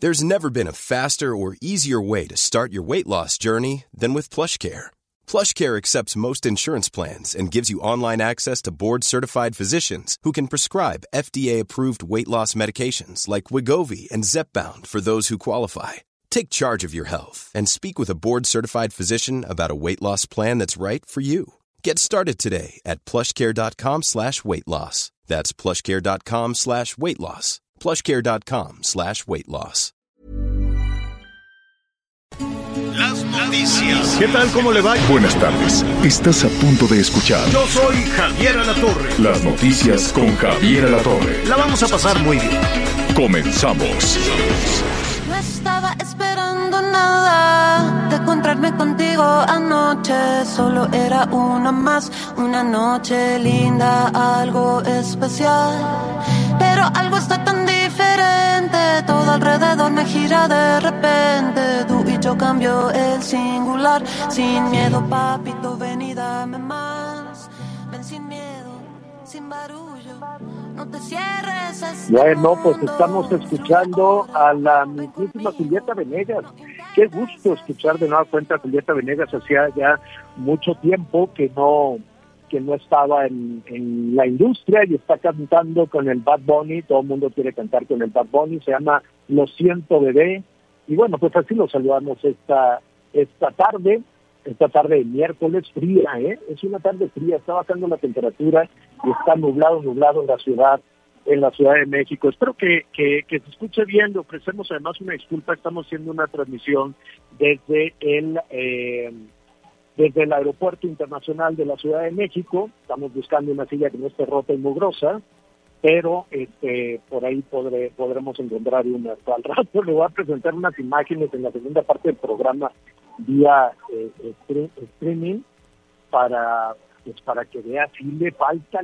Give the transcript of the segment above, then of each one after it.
There's never been a faster or easier way to start your weight loss journey than with PlushCare. PlushCare accepts most insurance plans and gives you online access to board-certified physicians who can prescribe FDA-approved weight loss medications like Wegovy and Zepbound for those who qualify. Take charge of your health and speak with a board-certified physician about a weight loss plan that's right for you. Get started today at plushcare.com/weight-loss. That's plushcare.com/weight-loss. plushcare.com/weight-loss. Las noticias. ¿Qué tal? ¿Cómo le va? Buenas tardes. Estás a punto de escuchar. Yo soy Javier Alatorre. Las noticias con Javier Alatorre. La vamos a pasar muy bien. Comenzamos. No estaba esperando nada de encontrarme contigo anoche. Solo era una más, una noche linda, algo especial. Pero algo está tan diferente, todo alrededor me gira de repente. Tú y yo cambio el singular, sin miedo, papito, ven y dame más. Ven sin miedo, sin barullo, no te cierres. Bueno, pues estamos escuchando a la mismísima Julieta Venegas. Qué gusto escuchar de nueva cuenta a Julieta Venegas. Hacía ya mucho tiempo que no estaba en la industria y está cantando con el Bad Bunny. Todo el mundo quiere cantar con el Bad Bunny. Se llama Lo Siento Bebé. Y bueno, pues así lo saludamos esta tarde de miércoles, fría, es una tarde fría, está bajando la temperatura y está nublado en la Ciudad de México. Espero que se escuche bien. Le ofrecemos además una disculpa. Estamos haciendo una transmisión desde el Aeropuerto Internacional de la Ciudad de México. Estamos buscando una silla que no esté rota y mugrosa, pero por ahí podremos encontrar una. Al rato le voy a presentar unas imágenes en la segunda parte del programa vía streaming para que vea. Sí, le falta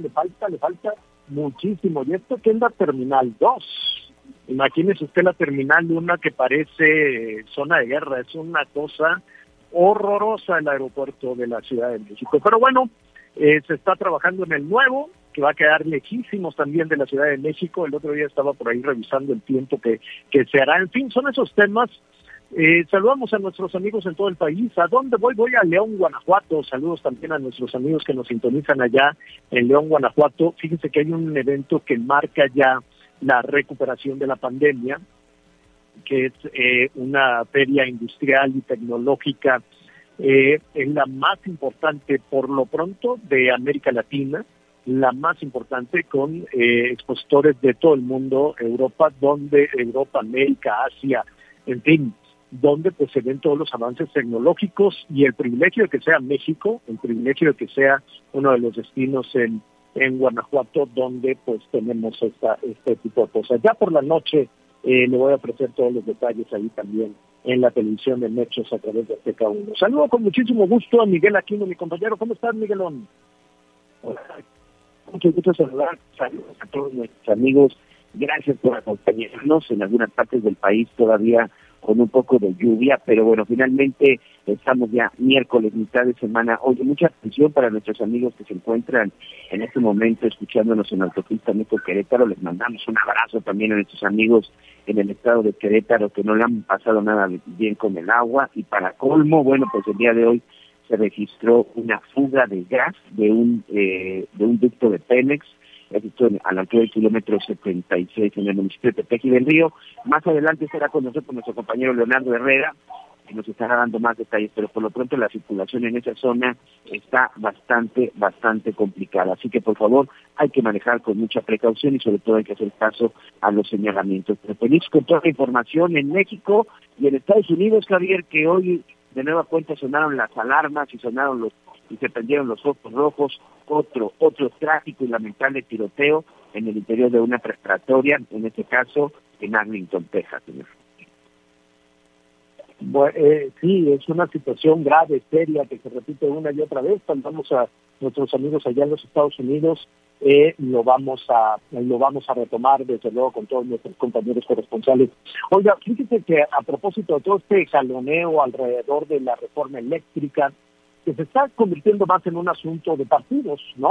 muchísimo. Y esto que es la Terminal 2. Imagínese usted la Terminal 1 que parece zona de guerra. Es una cosa horrorosa el aeropuerto de la Ciudad de México. Pero bueno, se está trabajando en el nuevo, que va a quedar lejísimos también de la Ciudad de México. El otro día estaba por ahí revisando el tiempo que se hará. En fin, son esos temas. Saludamos a nuestros amigos en todo el país. ¿A dónde voy? Voy a León, Guanajuato. Saludos también a nuestros amigos que nos sintonizan allá en León, Guanajuato. Fíjense que hay un evento que marca ya la recuperación de la pandemia, que es una feria industrial y tecnológica, es la más importante por lo pronto de América Latina, la más importante, con expositores de todo el mundo, Europa, América, Asia, en fin, donde pues se ven todos los avances tecnológicos, y el privilegio de que sea México, el privilegio de que sea uno de los destinos en Guanajuato, donde pues tenemos este tipo de cosas. Ya por la noche le voy a ofrecer todos los detalles ahí también en la televisión de Mechos a través de Azteca 1. Saludo con muchísimo gusto a Miguel Aquino, mi compañero. ¿Cómo estás, Miguelón? Hola. Mucho gusto saludar. Saludos a todos nuestros amigos. Gracias por acompañarnos. En algunas partes del país todavía con un poco de lluvia, pero bueno, finalmente estamos ya miércoles, mitad de semana. Oye, mucha atención para nuestros amigos que se encuentran en este momento escuchándonos en la autopista Metro Querétaro. Les mandamos un abrazo también a nuestros amigos en el estado de Querétaro que no le han pasado nada bien con el agua. Y para colmo, bueno, pues el día de hoy se registró una fuga de gas de un ducto de Pemex, esto a la altura del kilómetro 76 en el municipio de Tepeji del Río. Más adelante estará con nosotros nuestro compañero Leonardo Herrera, que nos estará dando más detalles, pero por lo pronto la circulación en esa zona está bastante complicada. Así que por favor hay que manejar con mucha precaución y sobre todo hay que hacer caso a los señalamientos. Pero feliz con toda la información en México y en Estados Unidos, Javier, que hoy de nueva cuenta sonaron las alarmas y se prendieron los focos rojos. Otro trágico y lamentable tiroteo en el interior de una preparatoria, en este caso en Arlington, Texas, señor. Bueno, sí, es una situación grave, seria, que se repite una y otra vez. Vamos a nuestros amigos allá en los Estados Unidos, lo vamos a retomar desde luego con todos nuestros compañeros corresponsales. Oiga, fíjese que a propósito de todo este jaloneo alrededor de la reforma eléctrica, que se está convirtiendo más en un asunto de partidos, ¿no?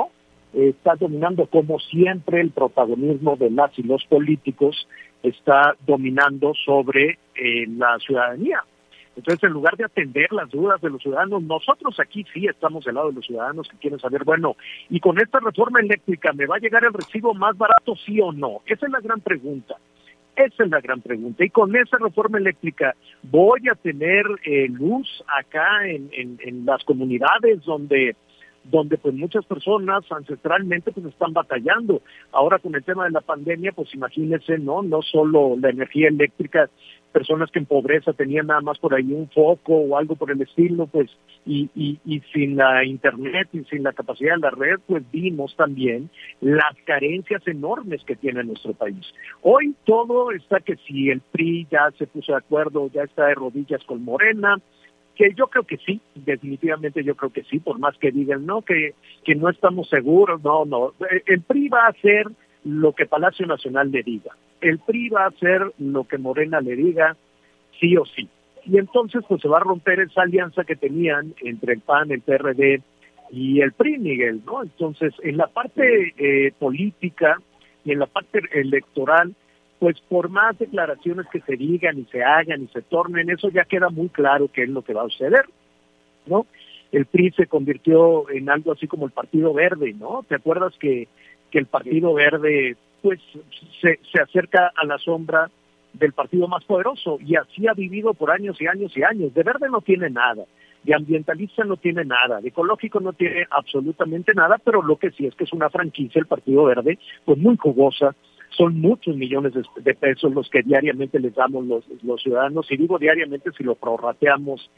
está dominando, como siempre, el protagonismo de las y los políticos está dominando sobre la ciudadanía. Entonces, en lugar de atender las dudas de los ciudadanos, nosotros aquí sí estamos del lado de los ciudadanos que quieren saber, bueno, ¿y con esta reforma eléctrica me va a llegar el recibo más barato, sí o no? Esa es la gran pregunta. Esa es la gran pregunta. Y con esa reforma eléctrica, ¿voy a tener luz acá en las comunidades donde pues muchas personas ancestralmente pues están batallando? Ahora con el tema de la pandemia, pues imagínense, no solo la energía eléctrica, personas que en pobreza tenían nada más por ahí un foco o algo por el estilo, pues y sin la internet y sin la capacidad de la red, pues vimos también las carencias enormes que tiene nuestro país. Hoy todo está que si el PRI ya se puso de acuerdo, ya está de rodillas con Morena, que yo creo que sí, definitivamente yo creo que sí, por más que digan no, que no estamos seguros, no, el PRI va a hacer lo que Palacio Nacional le diga, el PRI va a hacer lo que Morena le diga, sí o sí, y entonces pues se va a romper esa alianza que tenían entre el PAN, el PRD y el PRI, Miguel, ¿no? Entonces, en la parte política y en la parte electoral, pues por más declaraciones que se digan y se hagan y se tornen, eso ya queda muy claro qué es lo que va a suceder, ¿no? El PRI se convirtió en algo así como el Partido Verde, ¿no? ¿Te acuerdas que el Partido Verde pues se acerca a la sombra del partido más poderoso? Y así ha vivido por años y años y años. De verde no tiene nada, de ambientalista no tiene nada, de ecológico no tiene absolutamente nada, pero lo que sí es que es una franquicia, el Partido Verde, pues muy jugosa. Son muchos millones de pesos los que diariamente les damos los ciudadanos, y digo diariamente si lo prorrateamos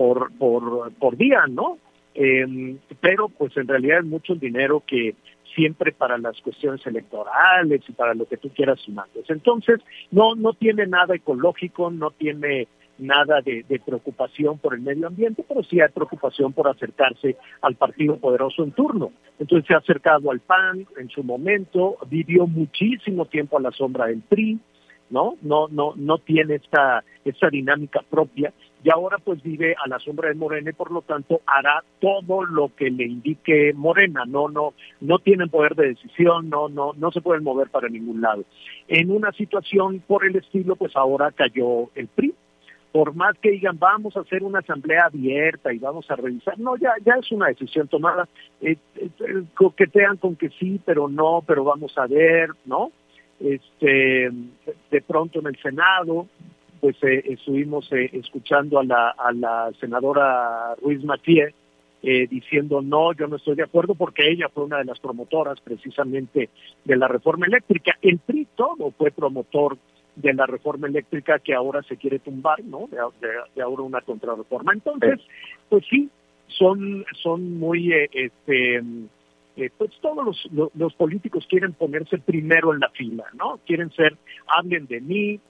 por día, ¿no? Pero pues en realidad es mucho dinero que siempre para las cuestiones electorales y para lo que tú quieras sumarles. Entonces, no tiene nada ecológico, no tiene nada de preocupación por el medio ambiente, pero sí hay preocupación por acercarse al partido poderoso en turno. Entonces se ha acercado al PAN en su momento, vivió muchísimo tiempo a la sombra del PRI, no tiene esta dinámica propia, y ahora pues vive a la sombra de Morena y por lo tanto hará todo lo que le indique Morena. No tienen poder de decisión, no se pueden mover para ningún lado. En una situación por el estilo, pues ahora cayó el PRI. Por más que digan vamos a hacer una asamblea abierta y vamos a revisar, no, ya es una decisión tomada, coquetean con que sí, pero no, pero vamos a ver, ¿no? De pronto en el Senado, pues estuvimos escuchando a la senadora Ruiz Massieu diciendo no, yo no estoy de acuerdo, porque ella fue una de las promotoras precisamente de la reforma eléctrica. El PRI todo fue promotor de la reforma eléctrica que ahora se quiere tumbar, ¿no? De ahora una contrarreforma. Entonces, pues sí, son muy, pues todos los políticos quieren ponerse primero en la fila, ¿no? Quieren hablen de mí,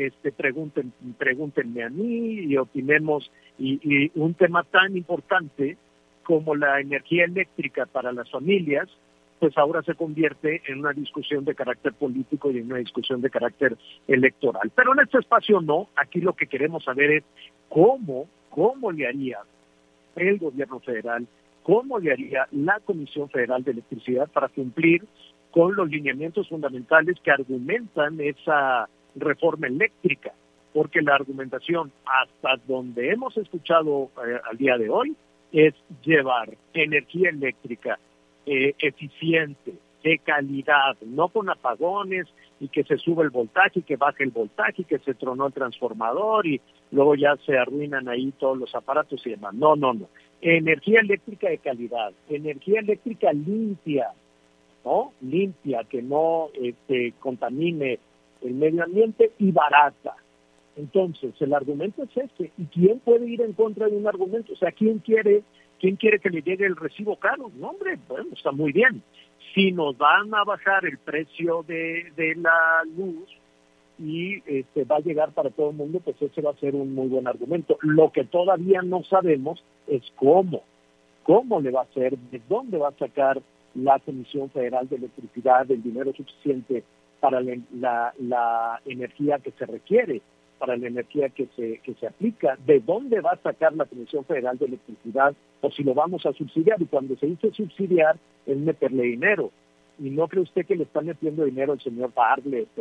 pregúntenme a mí y opinemos, y un tema tan importante como la energía eléctrica para las familias, pues ahora se convierte en una discusión de carácter político y en una discusión de carácter electoral. Pero en este espacio no, aquí lo que queremos saber es cómo le haría el gobierno federal, cómo le haría la Comisión Federal de Electricidad para cumplir con los lineamientos fundamentales que argumentan esa reforma eléctrica, porque la argumentación hasta donde hemos escuchado al día de hoy es llevar energía eléctrica eficiente, de calidad, no con apagones y que se sube el voltaje y que baje el voltaje y que se tronó el transformador y luego ya se arruinan ahí todos los aparatos y demás. No. Energía eléctrica de calidad, energía eléctrica limpia, ¿no? Limpia, que no contamine el medio ambiente y barata. Entonces, el argumento es este. ¿Y quién puede ir en contra de un argumento? O sea, ¿quién quiere que le llegue el recibo caro? No, hombre, bueno, está muy bien. Si nos van a bajar el precio de la luz y va a llegar para todo el mundo, pues ese va a ser un muy buen argumento. Lo que todavía no sabemos es cómo le va a hacer, de dónde va a sacar la Comisión Federal de Electricidad el dinero suficiente para la energía que se requiere. para la energía que se aplica, de dónde va a sacar la Comisión Federal de Electricidad o si lo vamos a subsidiar. Y cuando se dice subsidiar es meterle dinero. Y no cree usted que le están metiendo dinero al señor Bartlett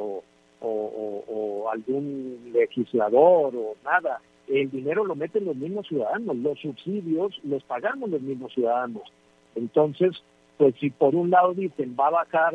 o algún legislador o nada. El dinero lo meten los mismos ciudadanos, los subsidios los pagamos los mismos ciudadanos. Entonces, pues si por un lado dicen va a bajar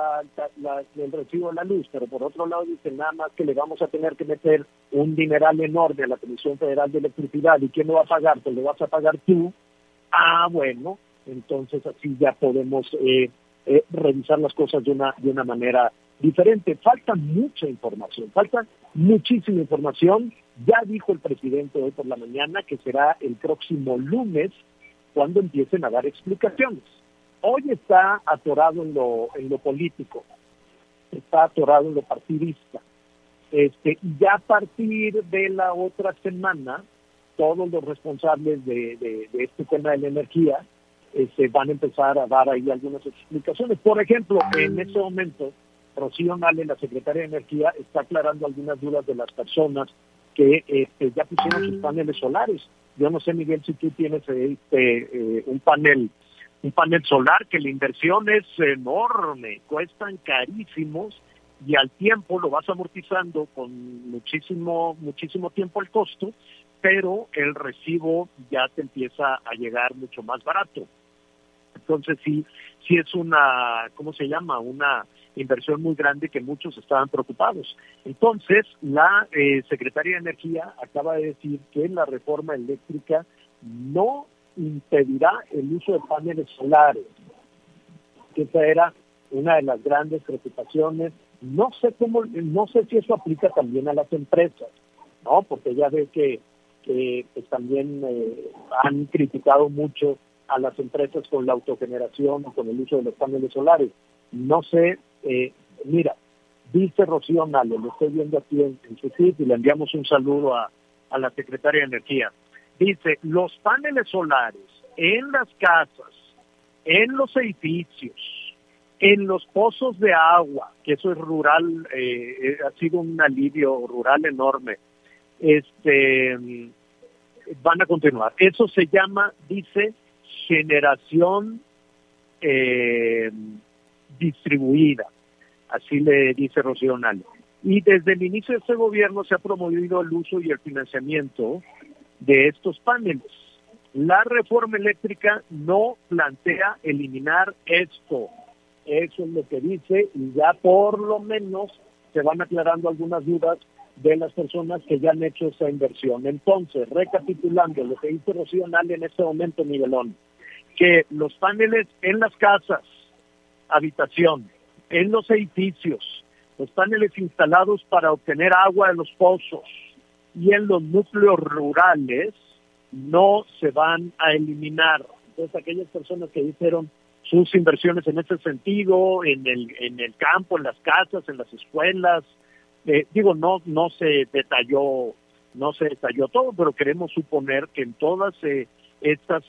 el recibo de la luz, pero por otro lado dicen nada más que le vamos a tener que meter un dineral enorme a la Comisión Federal de Electricidad, ¿y quién lo va a pagar? Pues lo vas a pagar tú. Bueno, entonces así ya podemos revisar las cosas de una manera diferente. Falta mucha información, falta muchísima información. Ya dijo el presidente hoy por la mañana que será el próximo lunes cuando empiecen a dar explicaciones. Hoy está atorado en lo político, está atorado en lo partidista. Y ya a partir de la otra semana, todos los responsables de este tema de la energía van a empezar a dar ahí algunas explicaciones. Por ejemplo, en este momento, Rocío Nale, la secretaria de Energía, está aclarando algunas dudas de las personas que ya pusieron sus paneles solares. Yo no sé, Miguel, si tú tienes un panel solar, que la inversión es enorme, cuestan carísimos y al tiempo lo vas amortizando con muchísimo tiempo el costo, pero el recibo ya te empieza a llegar mucho más barato. Entonces sí es una inversión muy grande que muchos estaban preocupados. Entonces la Secretaría de Energía acaba de decir que la reforma eléctrica no impedirá el uso de paneles solares. Esa era una de las grandes preocupaciones. No sé si eso aplica también a las empresas, ¿no? Porque ya ve que pues también han criticado mucho a las empresas con la autogeneración o con el uso de los paneles solares. No sé, mira, dice Rocío Nale, lo estoy viendo aquí en su sitio y le enviamos un saludo a la Secretaria de Energía. Dice, los paneles solares en las casas, en los edificios, en los pozos de agua, que eso es rural, ha sido un alivio rural enorme, van a continuar. Eso se llama, dice, generación distribuida, así le dice Rocío Nale. Y desde el inicio de este gobierno se ha promovido el uso y el financiamiento de estos paneles. La reforma eléctrica no plantea eliminar esto. Eso es lo que dice, y ya por lo menos se van aclarando algunas dudas de las personas que ya han hecho esa inversión. Entonces, recapitulando lo que dice Rocío Nale en este momento, Miguelón, que los paneles en las casas, habitación, en los edificios, los paneles instalados para obtener agua de los pozos y en los núcleos rurales no se van a eliminar. Entonces, aquellas personas que hicieron sus inversiones en ese sentido, en el campo, en las casas, en las escuelas, no se detalló todo, pero queremos suponer que en todas estas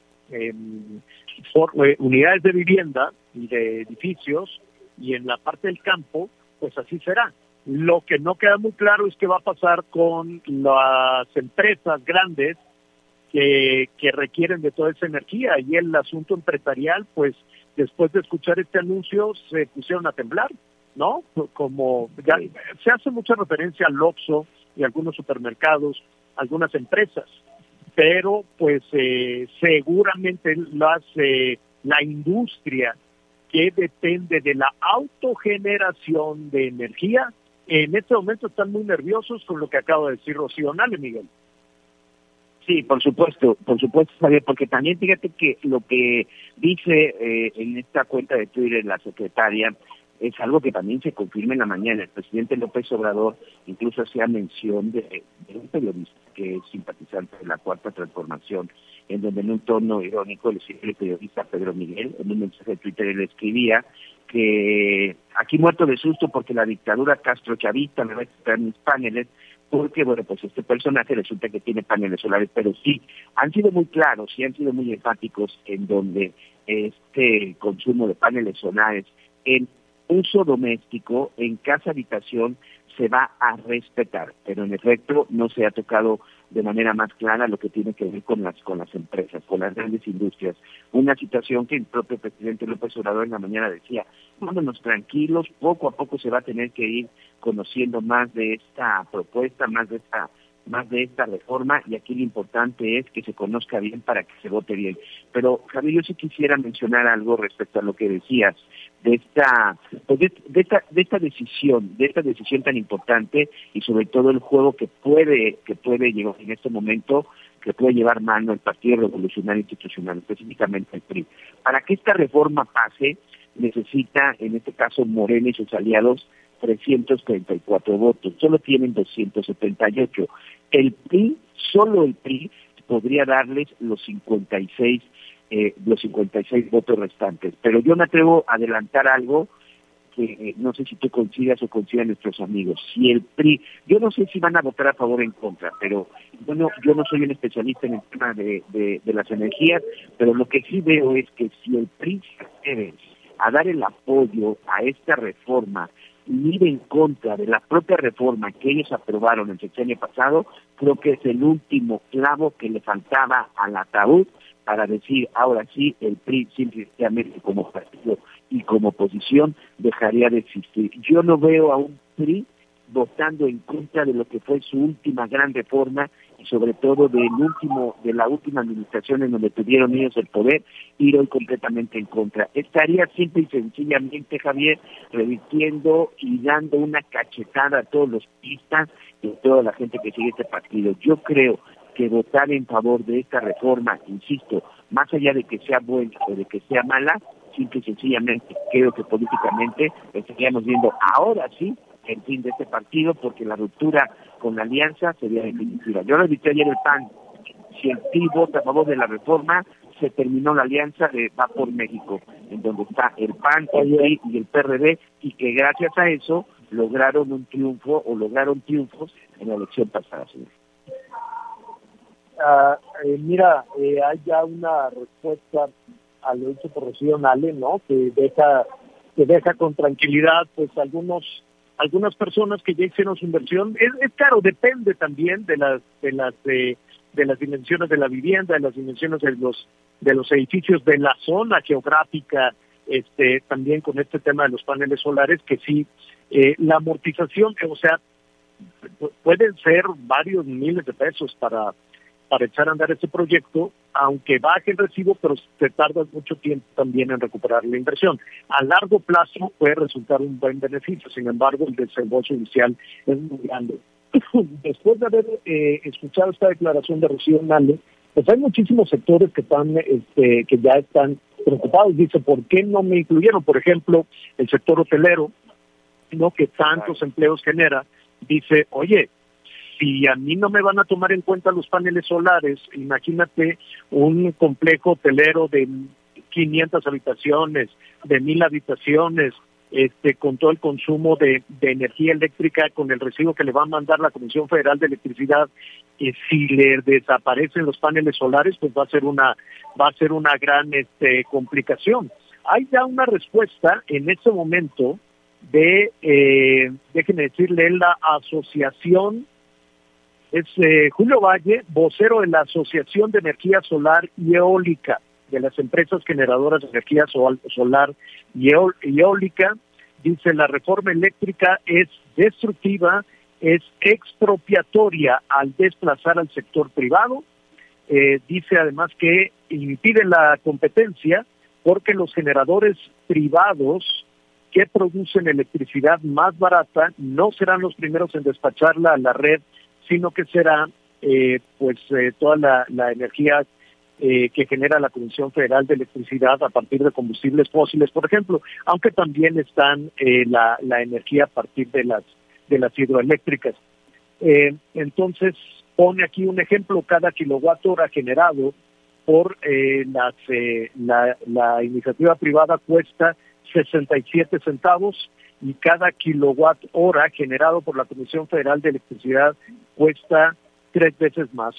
unidades de vivienda y de edificios y en la parte del campo, pues así será. Lo que no queda muy claro es qué va a pasar con las empresas grandes que requieren de toda esa energía, y el asunto empresarial, pues después de escuchar este anuncio se pusieron a temblar, ¿no? Como ya se hace mucha referencia al Oxxo y algunos supermercados, algunas empresas, pero pues seguramente la industria que depende de la autogeneración de energía, en este momento están muy nerviosos con lo que acaba de decir Rocío Nale, Miguel. Sí, por supuesto, Javier, porque también fíjate que lo que dice en esta cuenta de Twitter la secretaria es algo que también se confirma en la mañana. El presidente López Obrador incluso hacía mención de un periodista que es simpatizante de la Cuarta Transformación, en donde en un tono irónico el periodista Pedro Miguel, en un mensaje de Twitter, él escribía que aquí muerto de susto porque la dictadura castrochavista me va a quitar mis paneles, porque, bueno, pues este personaje resulta que tiene paneles solares, pero sí, han sido muy claros y han sido muy enfáticos en donde este consumo de paneles solares en uso doméstico en casa habitación se va a respetar, pero en efecto no se ha tocado de manera más clara lo que tiene que ver con las empresas, con las grandes industrias. Una situación que el propio presidente López Obrador en la mañana decía, vámonos tranquilos, poco a poco se va a tener que ir conociendo más de esta propuesta, más de esta reforma, y aquí lo importante es que se conozca bien para que se vote bien. Pero, Javier, yo sí quisiera mencionar algo respecto a lo que decías, de esta decisión tan importante, y sobre todo el juego que puede llegar en este momento, que puede llevar mano el Partido Revolucionario Institucional, específicamente el PRI. Para que esta reforma pase, necesita, en este caso, Morena y sus aliados, 334 votos, solo tienen 278. El PRI, solo el PRI, podría darles los 56 votos restantes. Pero yo me atrevo a adelantar algo que no sé si tú coincidas o coincidan nuestros amigos. Si el PRI, yo no sé si van a votar a favor o en contra, pero yo no soy un especialista en el tema de las energías, pero lo que sí veo es que si el PRI se atreve a dar el apoyo a esta reforma y ir en contra de la propia reforma que ellos aprobaron el sexenio pasado, creo que es el último clavo que le faltaba al ataúd para decir, ahora sí, el PRI simplemente como partido y como oposición dejaría de existir. Yo no veo a un PRI votando en contra de lo que fue su última gran reforma y sobre todo de la última administración en donde tuvieron ellos el poder, ir hoy completamente en contra. Estaría simple y sencillamente, Javier, revirtiendo y dando una cachetada a todos los pistas y a toda la gente que sigue este partido. Yo creo que votar en favor de esta reforma, insisto, más allá de que sea buena o de que sea mala, simple y sencillamente creo que políticamente estaríamos viendo ahora sí el fin de este partido, porque la ruptura con la alianza sería definitiva. Yo lo dije ayer el PAN, si el PRI vota a favor de la reforma, se terminó la alianza de Va por México, en donde está el PAN, el PRI y el PRD, y que gracias a eso lograron un triunfo o lograron triunfos en la elección pasada, señor. Hay ya una respuesta a lo hecho por Rocío Nale, ¿no? Que deja con tranquilidad, pues, algunas personas que ya hicieron su inversión. Es claro, depende también de las dimensiones de la vivienda, de las dimensiones de los edificios, de la zona geográfica, también con este tema de los paneles solares, que sí, la amortización, o sea, pueden ser varios miles de pesos para echar a andar este proyecto, aunque baje el recibo, pero se tarda mucho tiempo también en recuperar la inversión. A largo plazo puede resultar un buen beneficio, sin embargo, el desembolso inicial es muy grande. Después de haber escuchado esta declaración de Rocío Nale, pues hay muchísimos sectores que ya están preocupados. Dice, ¿por qué no me incluyeron? Por ejemplo, el sector hotelero, ¿no?, que tantos empleos genera. Dice, oye, si a mí no me van a tomar en cuenta los paneles solares, imagínate un complejo hotelero de 500 habitaciones, de 1,000 habitaciones, con todo el consumo de energía eléctrica, con el recibo que le va a mandar la Comisión Federal de Electricidad, y si le desaparecen los paneles solares, pues va a ser una gran complicación. Hay ya una respuesta en este momento déjenme decirle, la asociación. Es Julio Valle, vocero de la Asociación de Energía Solar y Eólica, de las empresas generadoras de energía solar y eólica. Dice, la reforma eléctrica es destructiva, es expropiatoria al desplazar al sector privado. Dice además que impide la competencia porque los generadores privados que producen electricidad más barata no serán los primeros en despacharla a la red, sino que será toda la energía que genera la Comisión Federal de Electricidad a partir de combustibles fósiles, por ejemplo, aunque también están la energía a partir de las hidroeléctricas. Entonces, pone aquí un ejemplo: cada kilowatt hora generado por la iniciativa privada cuesta 67 centavos, y cada kilowatt hora generado por la Comisión Federal de Electricidad cuesta 3 veces más,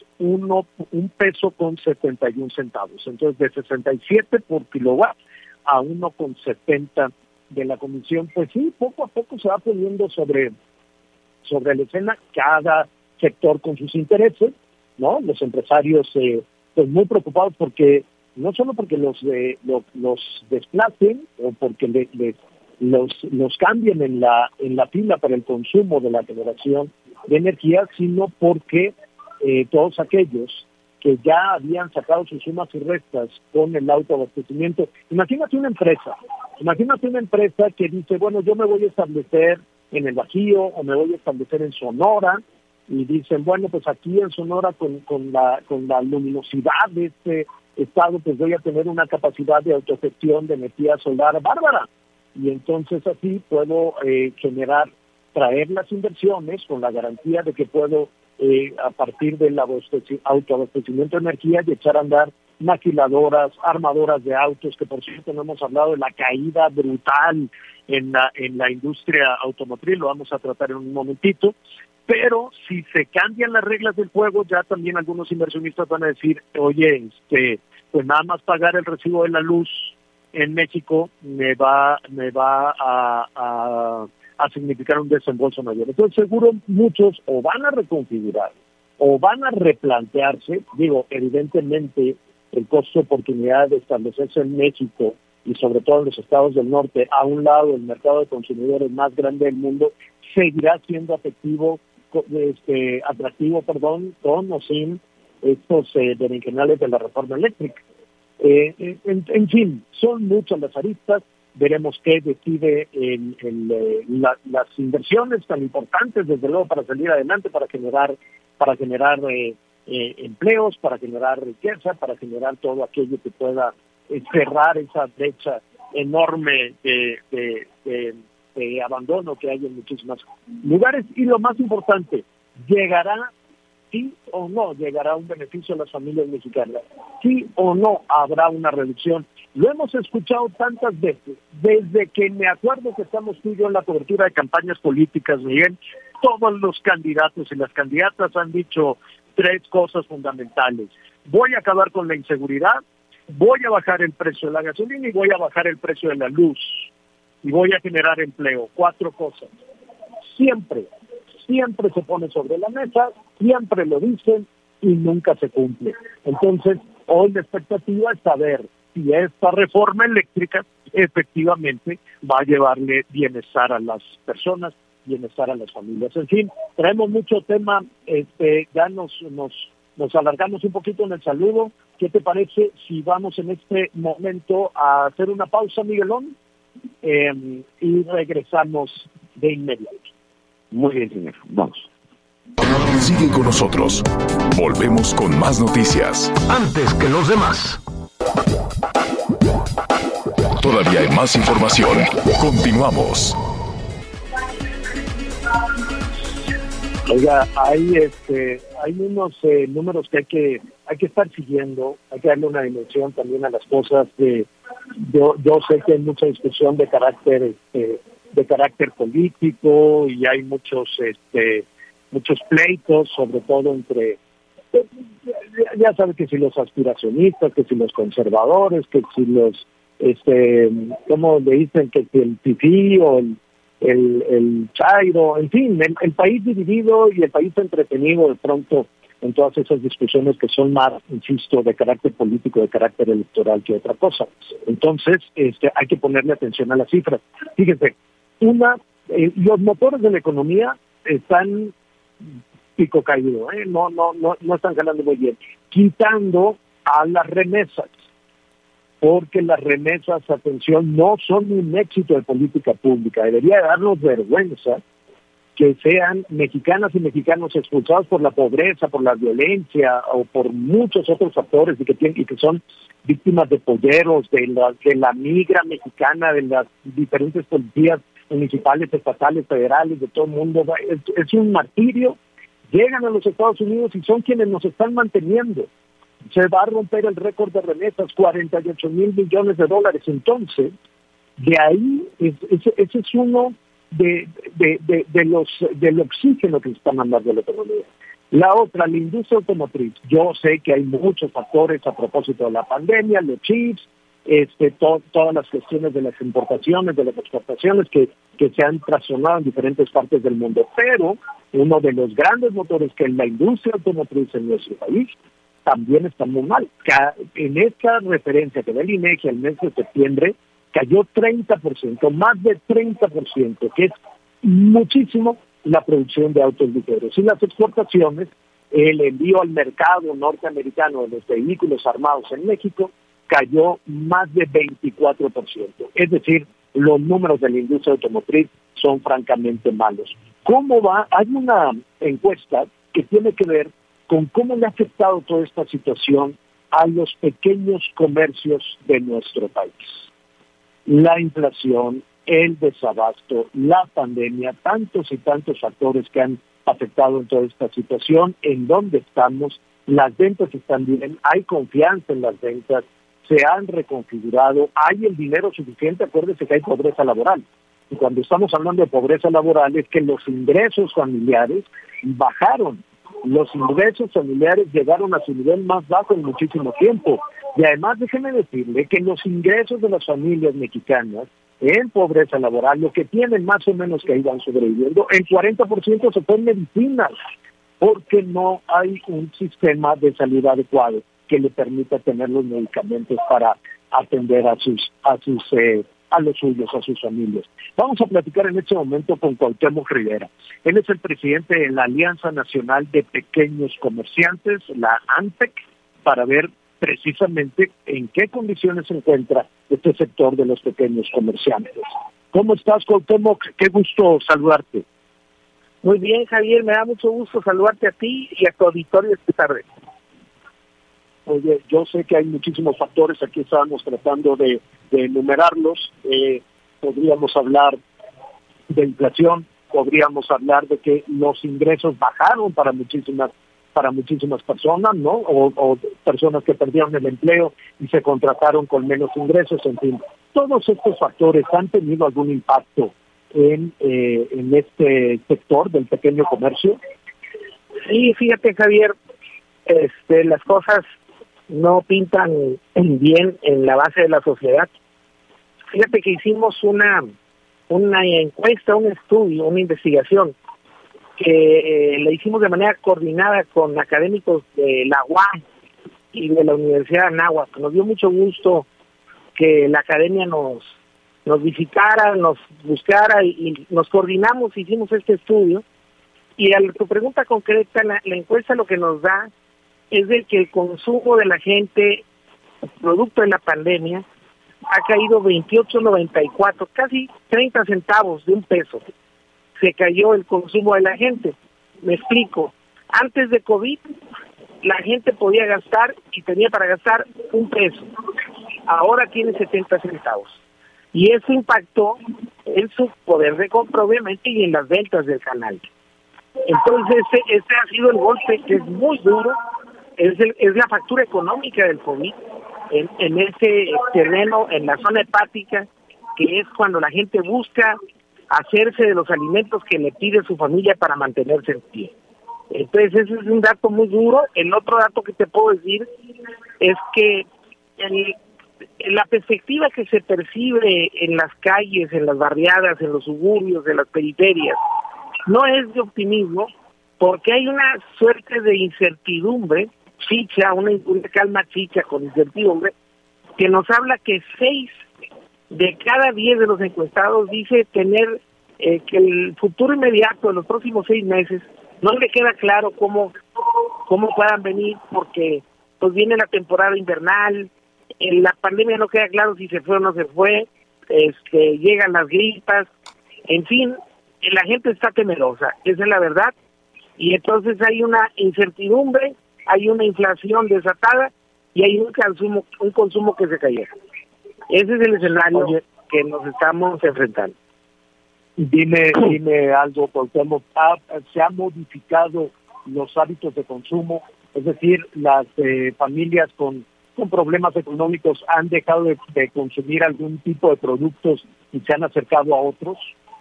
$1.71. Entonces, de 67 por kilowatt a 1.70 de la comisión, pues sí, poco a poco se va poniendo sobre la escena, cada sector con sus intereses, ¿no? Los empresarios pues muy preocupados porque no solo porque los desplacen o porque los cambien en la fila para el consumo de la generación de energía, sino porque todos aquellos que ya habían sacado sus sumas y restas con el autoabastecimiento. Imagínate una empresa que dice, bueno, yo me voy a establecer en el Bajío o me voy a establecer en Sonora, y dicen, bueno, pues aquí en Sonora con la luminosidad de este estado, pues voy a tener una capacidad de autogestión de energía solar bárbara, y entonces así puedo traer las inversiones con la garantía de que puedo a partir del autoabastecimiento de energía y echar a andar maquiladoras, armadoras de autos, que por cierto no hemos hablado de la caída brutal en la industria automotriz, lo vamos a tratar en un momentito, pero si se cambian las reglas del juego, ya también algunos inversionistas van a decir, oye, pues nada más pagar el recibo de la luz en México me va a significar un desembolso mayor. Entonces seguro muchos o van a reconfigurar o van a replantearse, evidentemente el costo de oportunidad de establecerse en México y sobre todo en los estados del norte, a un lado del mercado de consumidores más grande del mundo, seguirá siendo atractivo, con o sin estos berenjenales de la reforma eléctrica. En fin, son muchas las aristas. Veremos qué decide las inversiones tan importantes, desde luego, para salir adelante, para generar empleos, para generar riqueza, para generar todo aquello que pueda cerrar esa brecha enorme de abandono que hay en muchísimos lugares. Y lo más importante, ¿llegará sí o no? ¿Llegará un beneficio a las familias mexicanas? ¿Sí o no habrá una reducción? Lo hemos escuchado tantas veces, desde que me acuerdo que estamos tú y yo en la cobertura de campañas políticas, Miguel. Todos los candidatos y las candidatas han dicho tres cosas fundamentales: voy a acabar con la inseguridad, voy a bajar el precio de la gasolina y voy a bajar el precio de la luz, y voy a generar empleo. 4 cosas. Siempre se pone sobre la mesa, siempre lo dicen y nunca se cumple. Entonces, hoy la expectativa es saber si esta reforma eléctrica efectivamente va a llevarle bienestar a las personas, bienestar a las familias. En fin, traemos mucho tema, ya nos alargamos un poquito en el saludo. ¿Qué te parece si vamos en este momento a hacer una pausa, Miguelón? Y regresamos de inmediato. Muy bien, señor. Vamos. Sigue con nosotros. Volvemos con más noticias. Antes que los demás. Todavía hay más información. Continuamos. Oiga, hay unos números que hay que estar siguiendo, hay que darle una dimensión también a las cosas. Yo sé que hay mucha discusión de carácter político y hay muchos pleitos, sobre todo entre, ya sabe, que si los aspiracionistas, que si los conservadores, que si los ¿cómo le dicen? Que si el fifí o el chairo, en fin, el país dividido y el país entretenido de pronto en todas esas discusiones que son más, insisto, de carácter político, de carácter electoral que otra cosa. Entonces, hay que ponerle atención a las cifras. Fíjense, los motores de la economía están pico caído, no están jalando muy bien, quitando a las remesas, porque las remesas, atención, no son un éxito de política pública. Debería darnos vergüenza que sean mexicanas y mexicanos expulsados por la pobreza, por la violencia o por muchos otros factores y que son víctimas de polleros, de la migra mexicana, de las diferentes policías municipales, estatales, federales, de todo el mundo. Es un martirio. Llegan a los Estados Unidos y son quienes nos están manteniendo. Se va a romper el récord de remesas, $48,000 millones. Entonces, de ahí, ese es uno del oxígeno que se está mandando a la economía. La otra, la industria automotriz. Yo sé que hay muchos factores a propósito de la pandemia, los chips, todas las cuestiones de las importaciones, de las exportaciones que se han trastornado en diferentes partes del mundo. Pero uno de los grandes motores, que es la industria automotriz en nuestro país, también está muy mal. En esta referencia que da el INEGI al mes de septiembre, cayó 30%, más de 30%, que es muchísimo la producción de autos ligeros. Y las exportaciones, el envío al mercado norteamericano de los vehículos armados en México, cayó más de 24%. Es decir, los números de la industria automotriz son francamente malos. ¿Cómo va? Hay una encuesta que tiene que ver con cómo le ha afectado toda esta situación a los pequeños comercios de nuestro país. La inflación, el desabasto, la pandemia, tantos y tantos factores que han afectado en toda esta situación, en donde estamos, las ventas están bien, hay confianza en las ventas, se han reconfigurado, hay el dinero suficiente. Acuérdense que hay pobreza laboral. Y cuando estamos hablando de pobreza laboral es que los ingresos familiares bajaron. Los ingresos familiares llegaron a su nivel más bajo en muchísimo tiempo. Y además déjenme decirle que los ingresos de las familias mexicanas en pobreza laboral, lo que tienen más o menos que ahí van sobreviviendo, el 40% se fue en medicinas, porque no hay un sistema de salud adecuado que le permita tener los medicamentos para atender a los suyos, a sus familias. Vamos a platicar en este momento con Cuauhtémoc Rivera. Él es el presidente de la Alianza Nacional de Pequeños Comerciantes, la ANPEC, para ver precisamente en qué condiciones se encuentra este sector de los pequeños comerciantes. ¿Cómo estás, Cuauhtémoc? Qué gusto saludarte. Muy bien, Javier, me da mucho gusto saludarte a ti y a tu auditorio esta tarde. Oye, yo sé que hay muchísimos factores, aquí estábamos tratando de enumerarlos. Podríamos hablar de inflación, podríamos hablar de que los ingresos bajaron para muchísimas personas, ¿no? O personas que perdieron el empleo y se contrataron con menos ingresos, en fin. Todos estos factores han tenido algún impacto en este sector del pequeño comercio. Sí, fíjate, Javier, las cosas no pintan bien en la base de la sociedad. Fíjate que hicimos una encuesta, un estudio, una investigación que la hicimos de manera coordinada con académicos de la UAM y de la Universidad de Anáhuac. Nos dio mucho gusto que la academia nos visitara, nos buscara y nos coordinamos, hicimos este estudio. Y a tu pregunta concreta, la encuesta lo que nos da es de que el consumo de la gente, producto de la pandemia, ha caído 28.94, casi 30 centavos de un peso. Se cayó el consumo de la gente. Me explico. Antes de COVID, la gente podía gastar y tenía para gastar un peso. Ahora tiene 70 centavos. Y eso impactó en su poder de compra, obviamente, y en las ventas del canal. Entonces, este ha sido el golpe, que es muy duro. Es la factura económica del COVID en ese terreno, en la zona hepática, que es cuando la gente busca hacerse de los alimentos que le pide su familia para mantenerse en pie. Entonces, ese es un dato muy duro. El otro dato que te puedo decir es que en la perspectiva que se percibe en las calles, en las barriadas, en los suburbios, en las periferias, no es de optimismo, porque hay una suerte de incertidumbre, una calma chicha con incertidumbre, que nos habla que 6 de cada 10 de los encuestados dice tener que el futuro inmediato de los próximos 6 meses no le queda claro cómo puedan venir, porque pues viene la temporada invernal, en la pandemia no queda claro si se fue o no se fue, llegan las gripas, en fin, la gente está temerosa, esa es la verdad, y entonces hay una incertidumbre, hay una inflación desatada y hay un consumo que se cayó. Ese es el escenario que nos estamos enfrentando. Dime algo, Cuauhtémoc, ¿se han modificado los hábitos de consumo? Es decir, las familias con problemas económicos han dejado de consumir algún tipo de productos y se han acercado a otros.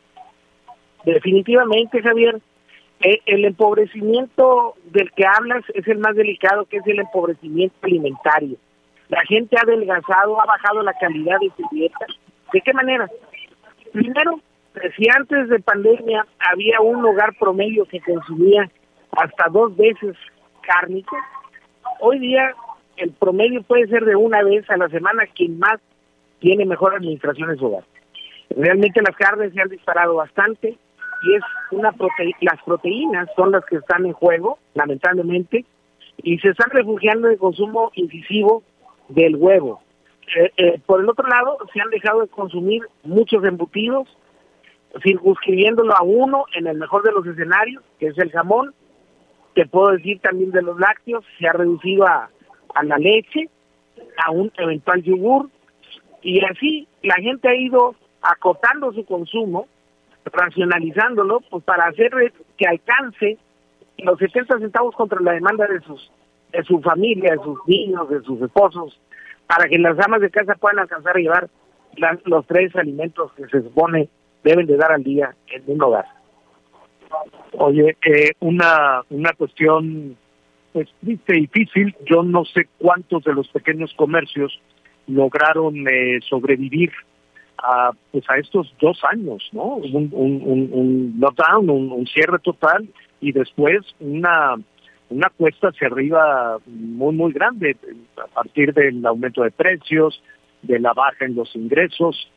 Definitivamente, Javier. El empobrecimiento del que hablas es el más delicado, que es el empobrecimiento alimentario. La gente ha adelgazado, ha bajado la calidad de su dieta. ¿De qué manera? Primero, si antes de pandemia había un hogar promedio que consumía hasta 2 veces cárnica, hoy día el promedio puede ser de 1 vez a la semana. Quien más tiene mejor administración en su hogar. Realmente las carnes se han disparado bastante y es las proteínas son las que están en juego, lamentablemente, y se están refugiando en el consumo incisivo del huevo. Por el otro lado, se han dejado de consumir muchos embutidos, circunscribiéndolo a uno en el mejor de los escenarios, que es el jamón. Te puedo decir también de los lácteos, se ha reducido a la leche, a un eventual yogur, y así la gente ha ido acotando su consumo, racionalizándolo, pues para hacer que alcance los 70 centavos contra la demanda de su familia, de sus niños, de sus esposos, para que las amas de casa puedan alcanzar a llevar los 3 alimentos que se supone deben de dar al día en un hogar. Oye, una cuestión pues triste y difícil. Yo no sé cuántos de los pequeños comercios lograron sobrevivir a estos 2 años, ¿no? Un lockdown, un cierre total, y después una cuesta hacia arriba muy, muy grande a partir del aumento de precios, de la baja en los ingresos.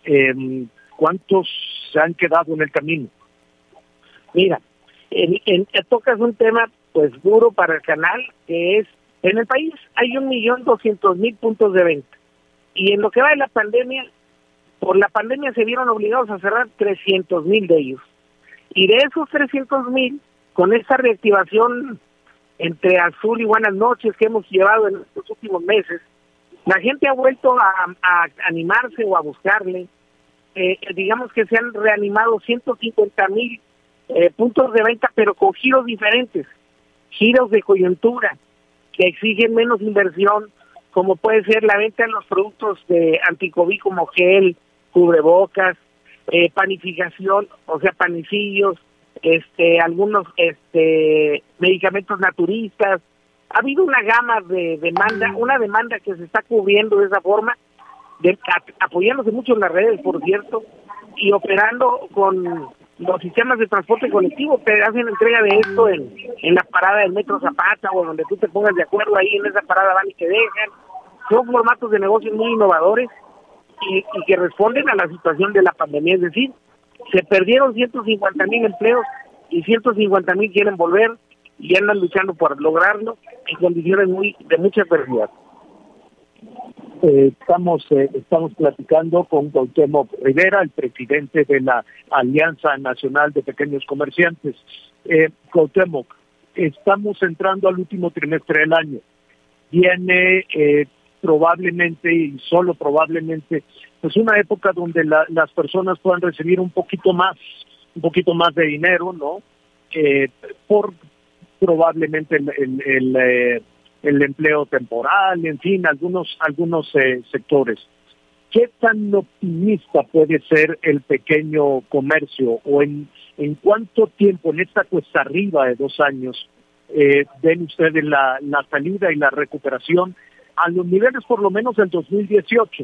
¿Cuántos se han quedado en el camino? Mira, tocas un tema pues duro para el canal, que es, en el país hay 1.200.000 puntos de venta, y en lo que va de la pandemia, por la pandemia se vieron obligados a cerrar 300.000 de ellos, y de esos 300.000, con esta reactivación entre azul y buenas noches que hemos llevado en estos últimos meses, la gente ha vuelto a animarse o a buscarle. Digamos que se han reanimado 150.000 puntos de venta, pero con giros diferentes, giros de coyuntura, que exigen menos inversión, como puede ser la venta de los productos de anticovid como gel, cubrebocas, panificación, o sea, panecillos, algunos medicamentos naturistas. Ha habido una gama de demanda, una demanda que se está cubriendo de esa forma, apoyándose mucho en las redes, por cierto, y operando con los sistemas de transporte colectivo que hacen entrega de esto en la parada del Metro Zapata, o donde tú te pongas de acuerdo, ahí en esa parada van y te dejan. Son formatos de negocios muy innovadores y que responden a la situación de la pandemia. Es decir, se perdieron 150.000 empleos y 150.000 quieren volver y andan luchando por lograrlo en condiciones de mucha adversidad. Estamos platicando con Cuauhtémoc Rivera, el presidente de la Alianza Nacional de Pequeños Comerciantes. Cuauhtémoc, estamos entrando al último trimestre del año. Viene probablemente, y solo probablemente, pues una época donde las personas puedan recibir un poquito más de dinero, ¿no? Por probablemente el empleo temporal, en fin, algunos sectores. ¿Qué tan optimista puede ser el pequeño comercio, o en cuánto tiempo, en esta cuesta arriba de 2 años, ven ustedes la salida y la recuperación a los niveles por lo menos del 2018?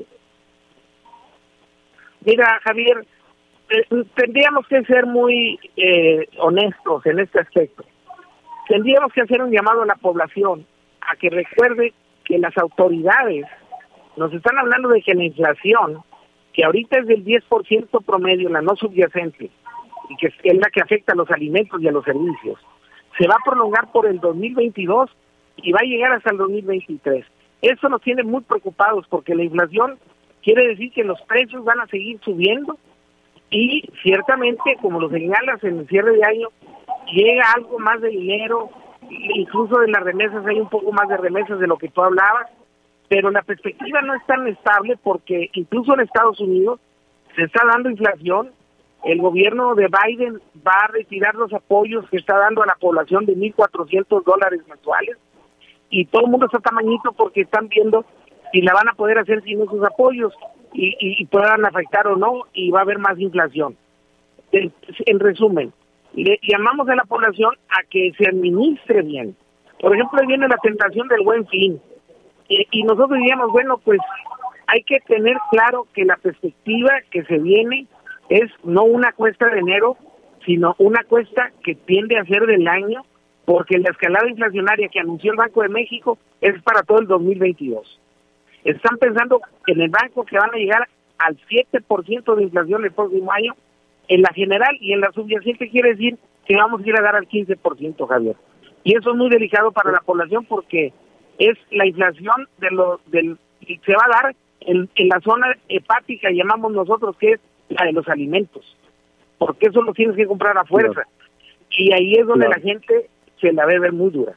Mira, Javier, tendríamos que ser muy honestos en este aspecto. Tendríamos que hacer un llamado a la población a que recuerde que las autoridades nos están hablando de que la inflación, que ahorita es del 10% promedio, la no subyacente, y que es la que afecta a los alimentos y a los servicios, se va a prolongar por el 2022 y va a llegar hasta el 2023. Eso nos tiene muy preocupados, porque la inflación quiere decir que los precios van a seguir subiendo, y ciertamente, como lo señalas, en el cierre de año llega algo más de dinero, incluso de las remesas hay un poco más de remesas de lo que tú hablabas, pero la perspectiva no es tan estable, porque incluso en Estados Unidos se está dando inflación. El gobierno de Biden va a retirar los apoyos que está dando a la población de $1,400 mensuales, y todo el mundo está tamañito porque están viendo si la van a poder hacer sin esos apoyos y puedan afectar o no, y va a haber más inflación. En resumen, le llamamos a la población a que se administre bien. Por ejemplo, ahí viene la tentación del Buen Fin. Y nosotros diríamos, bueno, pues hay que tener claro que la perspectiva que se viene es no una cuesta de enero, sino una cuesta que tiende a ser del año, porque la escalada inflacionaria que anunció el Banco de México es para todo el 2022. Están pensando en el banco que van a llegar al 7% de inflación el próximo año, en la general, y en la subyacente quiere decir que vamos a ir a dar al 15%, Javier. Y eso es muy delicado para la población porque es la inflación se va a dar en la zona hepática, llamamos nosotros, que es la de los alimentos, porque eso lo tienes que comprar a fuerza. Claro. Y ahí es donde la gente se la ve ver muy dura.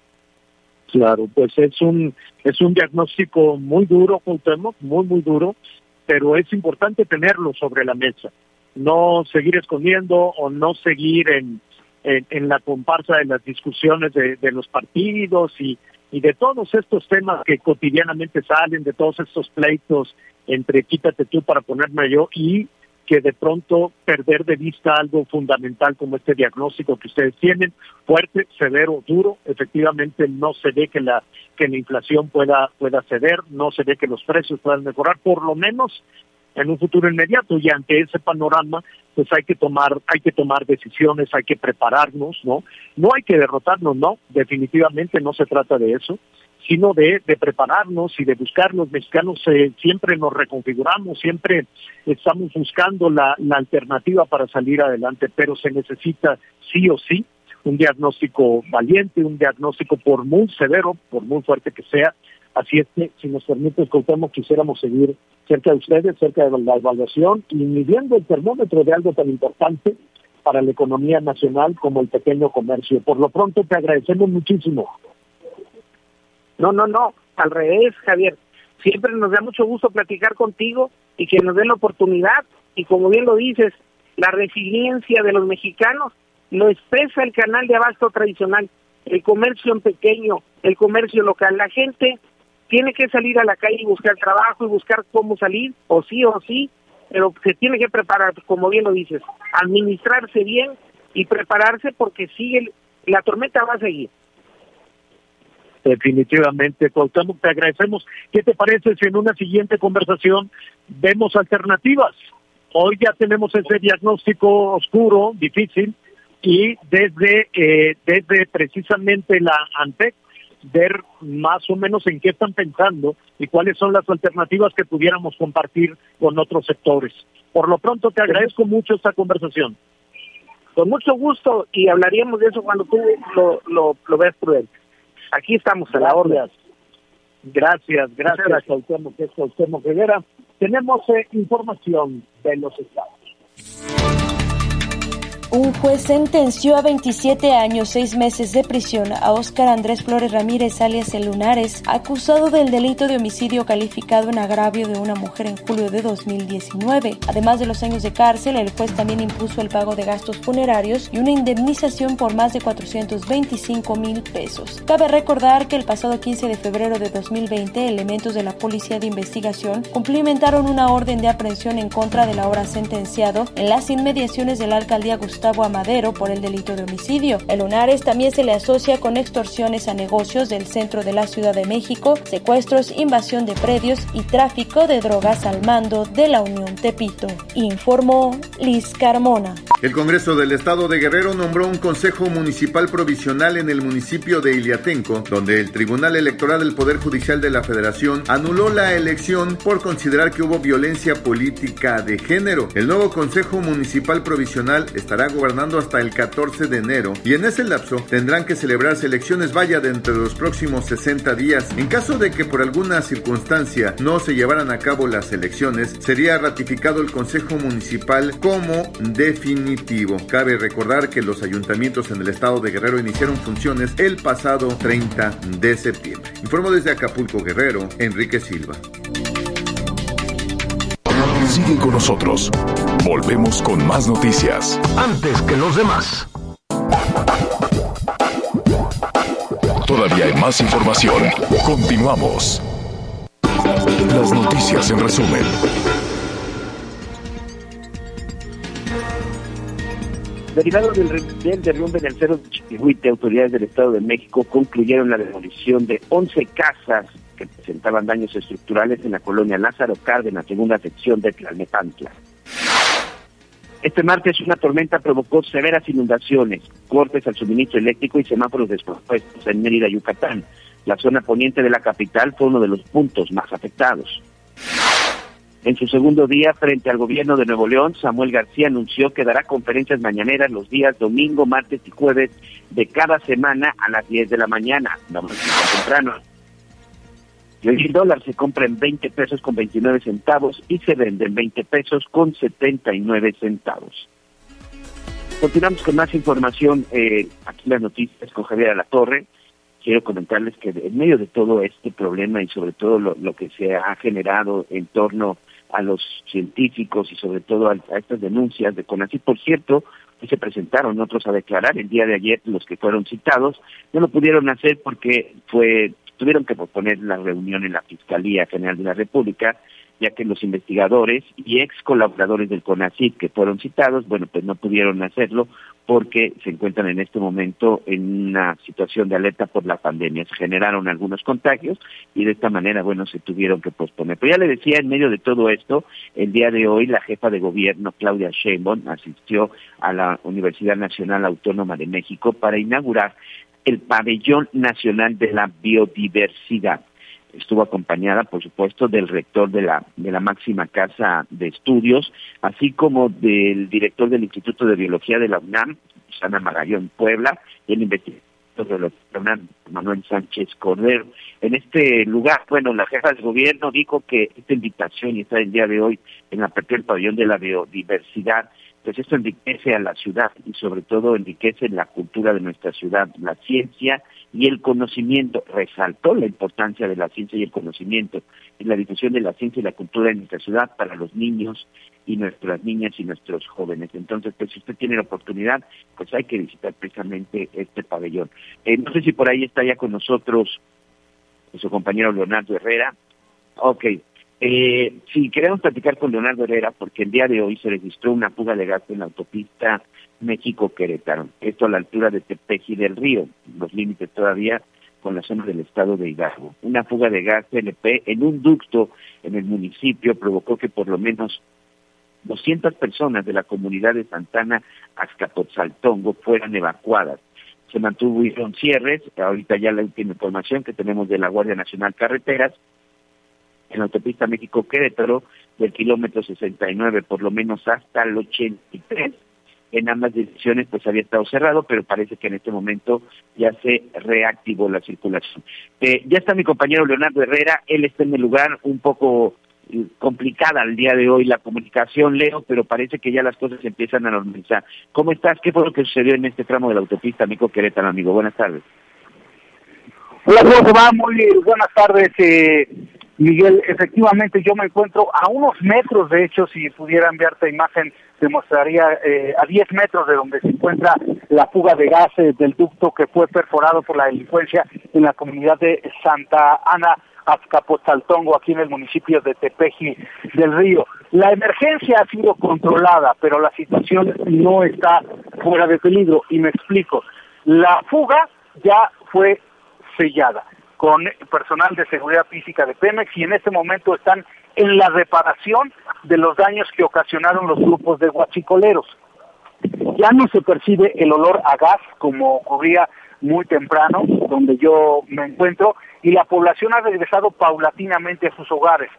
Claro, pues es un diagnóstico muy duro, Cuauhtémoc, muy duro, pero es importante tenerlo sobre la mesa, no seguir escondiendo o no seguir en la comparsa de las discusiones de los partidos y de todos estos temas que cotidianamente salen, de todos estos pleitos entre quítate tú para ponerme yo, y que de pronto perder de vista algo fundamental como este diagnóstico que ustedes tienen, fuerte, severo, duro. Efectivamente no se ve que la inflación pueda ceder, no se ve que los precios puedan mejorar, por lo menos en un futuro inmediato, y ante ese panorama pues hay que tomar decisiones, hay que prepararnos, no hay que derrotarnos, no, definitivamente no se trata de eso, sino de prepararnos y de buscar. Los mexicanos siempre nos reconfiguramos, siempre estamos buscando la alternativa para salir adelante, pero se necesita sí o sí un diagnóstico valiente, un diagnóstico por muy severo, por muy fuerte que sea. Así es que, si nos permite, Cuauhtémoc, quisiéramos seguir cerca de ustedes, cerca de la evaluación y midiendo el termómetro de algo tan importante para la economía nacional como el pequeño comercio. Por lo pronto, te agradecemos muchísimo. No, al revés, Javier. Siempre nos da mucho gusto platicar contigo y que nos den la oportunidad. Y como bien lo dices, la resiliencia de los mexicanos lo expresa el canal de abasto tradicional, el comercio en pequeño, el comercio local. La gente tiene que salir a la calle y buscar trabajo y buscar cómo salir, o sí, pero se tiene que preparar, como bien lo dices, administrarse bien y prepararse porque la tormenta va a seguir. Definitivamente, Cuauhtémoc, te agradecemos. ¿Qué te parece si en una siguiente conversación vemos alternativas? Hoy ya tenemos ese diagnóstico oscuro, difícil, y desde precisamente la ANTEC, ver más o menos en qué están pensando y cuáles son las alternativas que pudiéramos compartir con otros sectores. Por lo pronto, te agradezco mucho esta conversación. Con mucho gusto, y hablaríamos de eso cuando tú lo veas prudente. Aquí estamos a la orden. Gracias, Cuauhtémoc Rivera. Tenemos información de los estados. Un juez sentenció a 27 años, 6 meses de prisión a Óscar Andrés Flores Ramírez, alias El Lunares, acusado del delito de homicidio calificado en agravio de una mujer en julio de 2019. Además de los años de cárcel, el juez también impuso el pago de gastos funerarios y una indemnización por más de 425,000 pesos. Cabe recordar que el pasado 15 de febrero de 2020, elementos de la Policía de Investigación cumplimentaron una orden de aprehensión en contra del ahora sentenciado en las inmediaciones de la alcaldía Gustavo Amadero por el delito de homicidio. El Lunares también se le asocia con extorsiones a negocios del centro de la Ciudad de México, secuestros, invasión de predios y tráfico de drogas al mando de la Unión Tepito. Informó Liz Carmona. El Congreso del Estado de Guerrero nombró un consejo municipal provisional en el municipio de Iliatenco, donde el Tribunal Electoral del Poder Judicial de la Federación anuló la elección por considerar que hubo violencia política de género. El nuevo consejo municipal provisional estará gobernando hasta el 14 de enero y en ese lapso tendrán que celebrarse elecciones dentro de los próximos 60 días. En caso de que por alguna circunstancia no se llevaran a cabo las elecciones, sería ratificado el consejo municipal como definitivo. Cabe recordar que los ayuntamientos en el estado de Guerrero iniciaron funciones el pasado 30 de septiembre. Informó desde Acapulco, Guerrero, Enrique Silva. Sigue con nosotros. Volvemos con más noticias. Antes que los demás. Todavía hay más información. Continuamos. Las noticias en resumen. Derivado del derrumbe en el cerro de Chiquihuite, autoridades del Estado de México concluyeron la demolición de 11 casas que presentaban daños estructurales en la colonia Lázaro Cárdenas, segunda sección de Tlalnepantla. Este martes una tormenta provocó severas inundaciones, cortes al suministro eléctrico y semáforos descompuestos en Mérida, Yucatán. La zona poniente de la capital fue uno de los puntos más afectados. En su segundo día frente al gobierno de Nuevo León, Samuel García anunció que dará conferencias mañaneras los días domingo, martes y jueves de cada semana a las 10 de la mañana, no más temprano. Y hoy el dólar se compra en 20 pesos con 29 centavos y se vende en 20 pesos con 79 centavos. Continuamos con más información, aquí las noticias con Javier Alatorre. Quiero comentarles que en medio de todo este problema y sobre todo lo que se ha generado en torno a los científicos y sobre todo a estas denuncias de CONACYT, por cierto, que se presentaron otros a declarar el día de ayer, los que fueron citados, no lo pudieron hacer porque tuvieron que posponer la reunión en la Fiscalía General de la República, ya que los investigadores y ex colaboradores del CONACYT que fueron citados, bueno, pues no pudieron hacerlo porque se encuentran en este momento en una situación de alerta por la pandemia. Se generaron algunos contagios y de esta manera, bueno, se tuvieron que posponer. Pero ya le decía, en medio de todo esto, el día de hoy la jefa de gobierno, Claudia Sheinbaum, asistió a la Universidad Nacional Autónoma de México para inaugurar el Pabellón Nacional de la Biodiversidad. Estuvo acompañada, por supuesto, del rector de la máxima casa de estudios, así como del director del Instituto de Biología de la UNAM, Susana Magallón Puebla, y el investigador de la UNAM, Manuel Sánchez Cordero. En este lugar, bueno, la jefa del gobierno dijo que esta invitación y está el día de hoy en la apertura del Pabellón de la Biodiversidad, pues esto enriquece a la ciudad y sobre todo enriquece la cultura de nuestra ciudad, la ciencia y el conocimiento. Resaltó la importancia de la ciencia y el conocimiento en la difusión de la ciencia y la cultura en nuestra ciudad para los niños y nuestras niñas y nuestros jóvenes. Entonces, pues si usted tiene la oportunidad, pues hay que visitar precisamente este pabellón. No sé si por ahí está ya con nosotros su compañero Leonardo Herrera. Ok. Sí, queremos platicar con Leonardo Herrera porque el día de hoy se registró una fuga de gas en la autopista México-Querétaro. Esto a la altura de Tepeji del Río, los límites todavía con la zona del estado de Hidalgo. Una fuga de gas LP en un ducto en el municipio provocó que por lo menos 200 personas de la comunidad de Santana Azcapotzaltongo fueran evacuadas. Se mantuvieron cierres, ahorita ya la última información que tenemos de la Guardia Nacional Carreteras, en la autopista México-Querétaro, del kilómetro 69 por lo menos hasta el 83. En ambas direcciones pues había estado cerrado, pero parece que en este momento ya se reactivó la circulación. Ya está mi compañero Leonardo Herrera, él está en el lugar, un poco complicada el día de hoy la comunicación, Leo, pero parece que ya las cosas empiezan a normalizar. ¿Cómo estás? ¿Qué fue lo que sucedió en este tramo de la autopista México-Querétaro, amigo? Buenas tardes. Hola, ¿cómo va? Muy buenas tardes, Miguel. Efectivamente, yo me encuentro a unos metros, de hecho, si pudiera enviarte imagen, te mostraría a 10 metros de donde se encuentra la fuga de gas del ducto que fue perforado por la delincuencia en la comunidad de Santa Ana Azcapotzaltongo, aquí en el municipio de Tepeji del Río. La emergencia ha sido controlada, pero la situación no está fuera de peligro, y me explico. La fuga ya fue sellada con personal de seguridad física de Pemex y en este momento están en la reparación de los daños que ocasionaron los grupos de huachicoleros. Ya no se percibe el olor a gas como ocurría muy temprano, donde yo me encuentro, y la población ha regresado paulatinamente a sus hogares.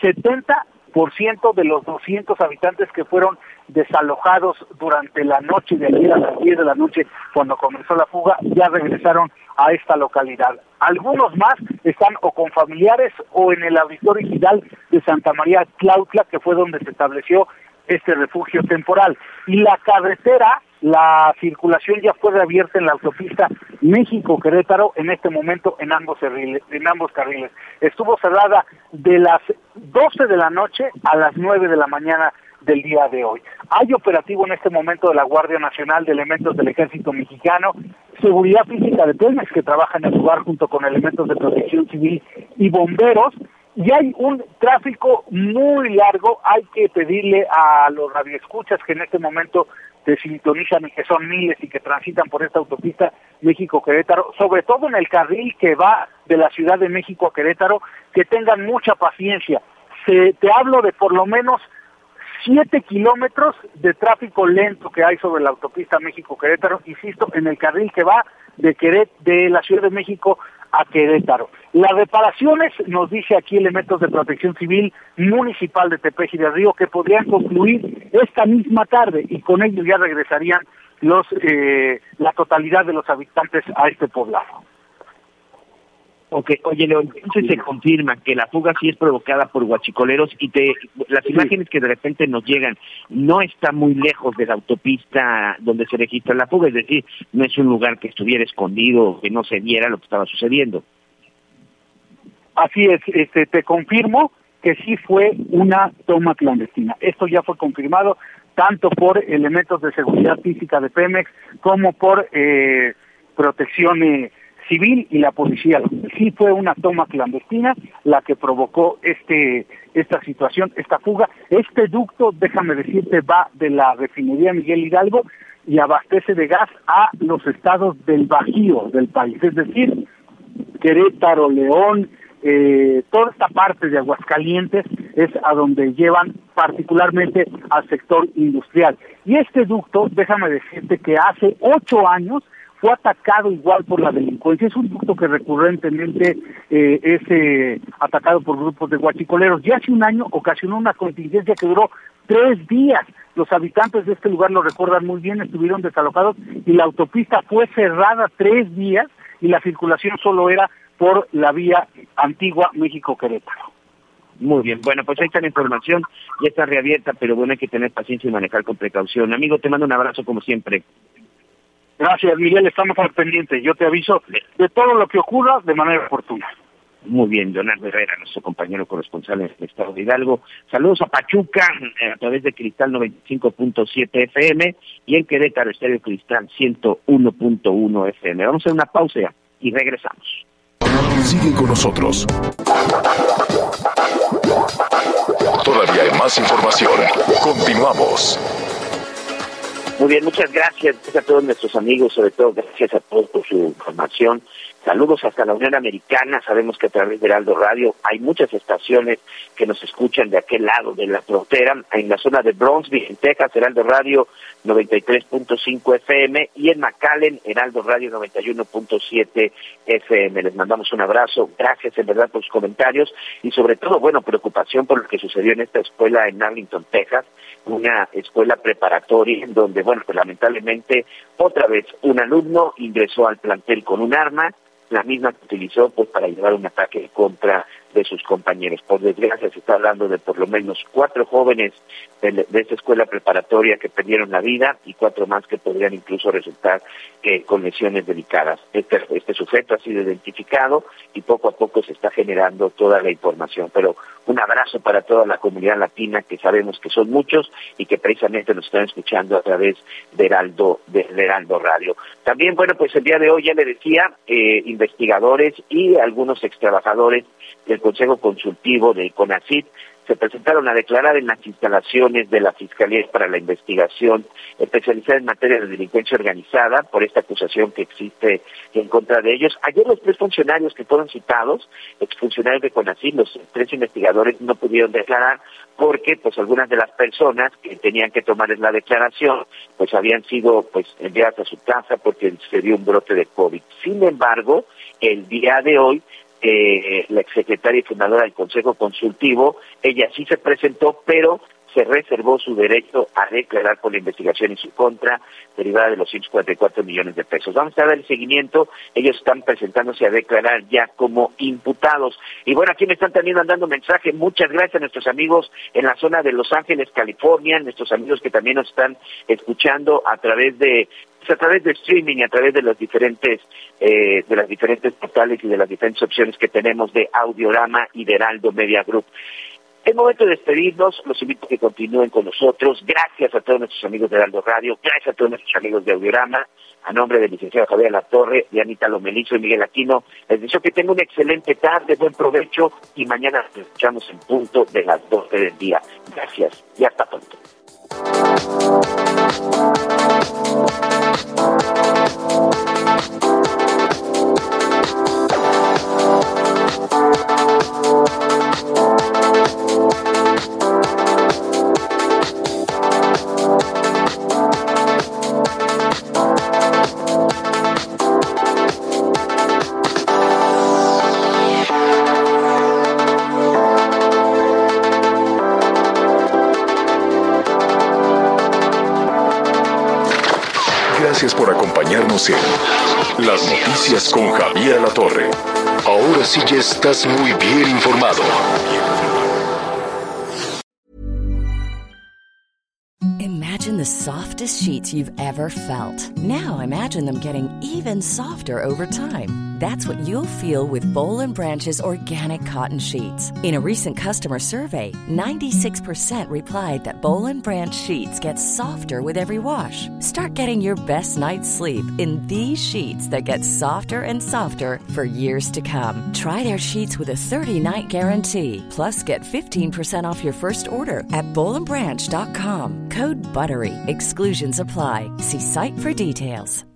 70% de los 200 habitantes que fueron desalojados durante la noche de ayer a las 10 de la noche, cuando comenzó la fuga, ya regresaron a esta localidad. Algunos más están o con familiares o en el auditorio digital de Santa María Tlautla, que fue donde se estableció este refugio temporal. Y la carretera, la circulación ya fue reabierta en la autopista México-Querétaro en este momento en ambos carriles. Estuvo cerrada de las 12 de la noche a las 9 de la mañana del día de hoy. Hay operativo en este momento de la Guardia Nacional, de elementos del Ejército Mexicano, seguridad física de Pemex que trabaja en el lugar junto con elementos de protección civil y bomberos, y hay un tráfico muy largo. Hay que pedirle a los radioescuchas que en este momento te sintonizan y que son miles y que transitan por esta autopista México-Querétaro, sobre todo en el carril que va de la Ciudad de México a Querétaro, que tengan mucha paciencia. Te hablo de por lo menos 7 kilómetros de tráfico lento que hay sobre la autopista México-Querétaro, insisto, en el carril que va de la Ciudad de México a Querétaro. Las reparaciones, nos dice aquí elementos de Protección Civil Municipal de Tepeji del Río, que podrían concluir esta misma tarde y con ello ya regresarían la totalidad de los habitantes a este poblado. Ok, oye León, entonces se confirma que la fuga sí es provocada por guachicoleros y las imágenes que de repente nos llegan no está muy lejos de la autopista donde se registra la fuga, es decir, no es un lugar que estuviera escondido, que no se viera lo que estaba sucediendo. Así es, te confirmo que sí fue una toma clandestina. Esto ya fue confirmado tanto por elementos de seguridad física de Pemex como por Protección Civil y la policía. Sí fue una toma clandestina la que provocó esta situación, esta fuga. Este ducto, déjame decirte, va de la refinería Miguel Hidalgo y abastece de gas a los estados del Bajío del país, es decir, Querétaro, León, toda esta parte de Aguascalientes es a donde llevan particularmente al sector industrial. Y este ducto, déjame decirte que hace 8 años fue atacado igual por la delincuencia. Es un ducto que recurrentemente es atacado por grupos de guachicoleros. Y hace un año ocasionó una contingencia que duró 3 días. Los habitantes de este lugar lo recuerdan muy bien, estuvieron desalojados y la autopista fue cerrada 3 días y la circulación solo era por la vía antigua México-Querétaro. Muy bien, bueno, pues ahí está la información, ya está reabierta, pero bueno, hay que tener paciencia y manejar con precaución. Amigo, te mando un abrazo como siempre. Gracias, Miguel, estamos al pendiente. Yo te aviso de todo lo que ocurra de manera oportuna. Muy bien, Leonardo Herrera, nuestro compañero corresponsal en el estado de Hidalgo. Saludos a Pachuca a través de Cristal 95.7 FM y en Querétaro, Estéreo Cristal 101.1 FM. Vamos a hacer una pausa y regresamos. Sigue con nosotros. Todavía hay más información. Continuamos. Muy bien, muchas gracias a todos nuestros amigos, sobre todo gracias a todos por su información. Saludos hasta la Unión Americana. Sabemos que a través de Heraldo Radio hay muchas estaciones que nos escuchan de aquel lado de la frontera. En la zona de Brownsville, en Texas, Heraldo Radio 93.5 FM y en McAllen, Heraldo Radio 91.7 FM. Les mandamos un abrazo. Gracias en verdad por sus comentarios y sobre todo, bueno, preocupación por lo que sucedió en esta escuela en Arlington, Texas, una escuela preparatoria en donde, bueno, pues lamentablemente otra vez un alumno ingresó al plantel con un arma, la misma que utilizó pues para llevar un ataque en contra de sus compañeros. Por desgracia se está hablando de por lo menos 4 jóvenes de esta escuela preparatoria que perdieron la vida y 4 más que podrían incluso resultar con lesiones delicadas. Este sujeto ha sido identificado y poco a poco se está generando toda la información. Pero un abrazo para toda la comunidad latina, que sabemos que son muchos y que precisamente nos están escuchando a través de Heraldo Radio. También, bueno, pues el día de hoy ya le decía, investigadores y algunos extrabajadores del Consejo Consultivo de CONACYT se presentaron a declarar en las instalaciones de la Fiscalía para la Investigación especializada en materia de delincuencia organizada por esta acusación que existe en contra de ellos. Ayer los 3 funcionarios que fueron citados, exfuncionarios de CONACYT, los 3 investigadores no pudieron declarar porque pues algunas de las personas que tenían que tomar la declaración pues habían sido pues enviadas a su casa porque se dio un brote de COVID. Sin embargo, el día de hoy la exsecretaria y fundadora del Consejo Consultivo, ella sí se presentó, pero se reservó su derecho a declarar por la investigación en su contra, derivada de los 144 millones de pesos. Vamos a dar el seguimiento, ellos están presentándose a declarar ya como imputados. Y bueno, aquí me están también mandando mensaje, muchas gracias a nuestros amigos en la zona de Los Ángeles, California, nuestros amigos que también nos están escuchando a través de streaming y a través de las diferentes portales y de las diferentes opciones que tenemos de Audiorama y de Heraldo Media Group. Es momento de despedirnos, los invito a que continúen con nosotros. Gracias a todos nuestros amigos de Heraldo Radio, gracias a todos nuestros amigos de Audiorama, a nombre del licenciado Javier Alatorre, de Anita Lomelizo y Miguel Aquino, les deseo que tengan una excelente tarde, buen provecho y mañana nos escuchamos en punto de las 12 del día. Gracias y hasta pronto. Gracias por acompañarnos en Las Noticias con Javier Alatorre. Ahora sí ya estás muy bien informado. Imagine the softest sheets you've ever felt. Now imagine them getting even softer over time. That's what you'll feel with Boll & Branch's organic cotton sheets. In a recent customer survey, 96% replied that Boll & Branch sheets get softer with every wash. Start getting your best night's sleep in these sheets that get softer and softer for years to come. Try their sheets with a 30-night guarantee. Plus, get 15% off your first order at bollandbranch.com. Code BUTTERY. Exclusions apply. See site for details.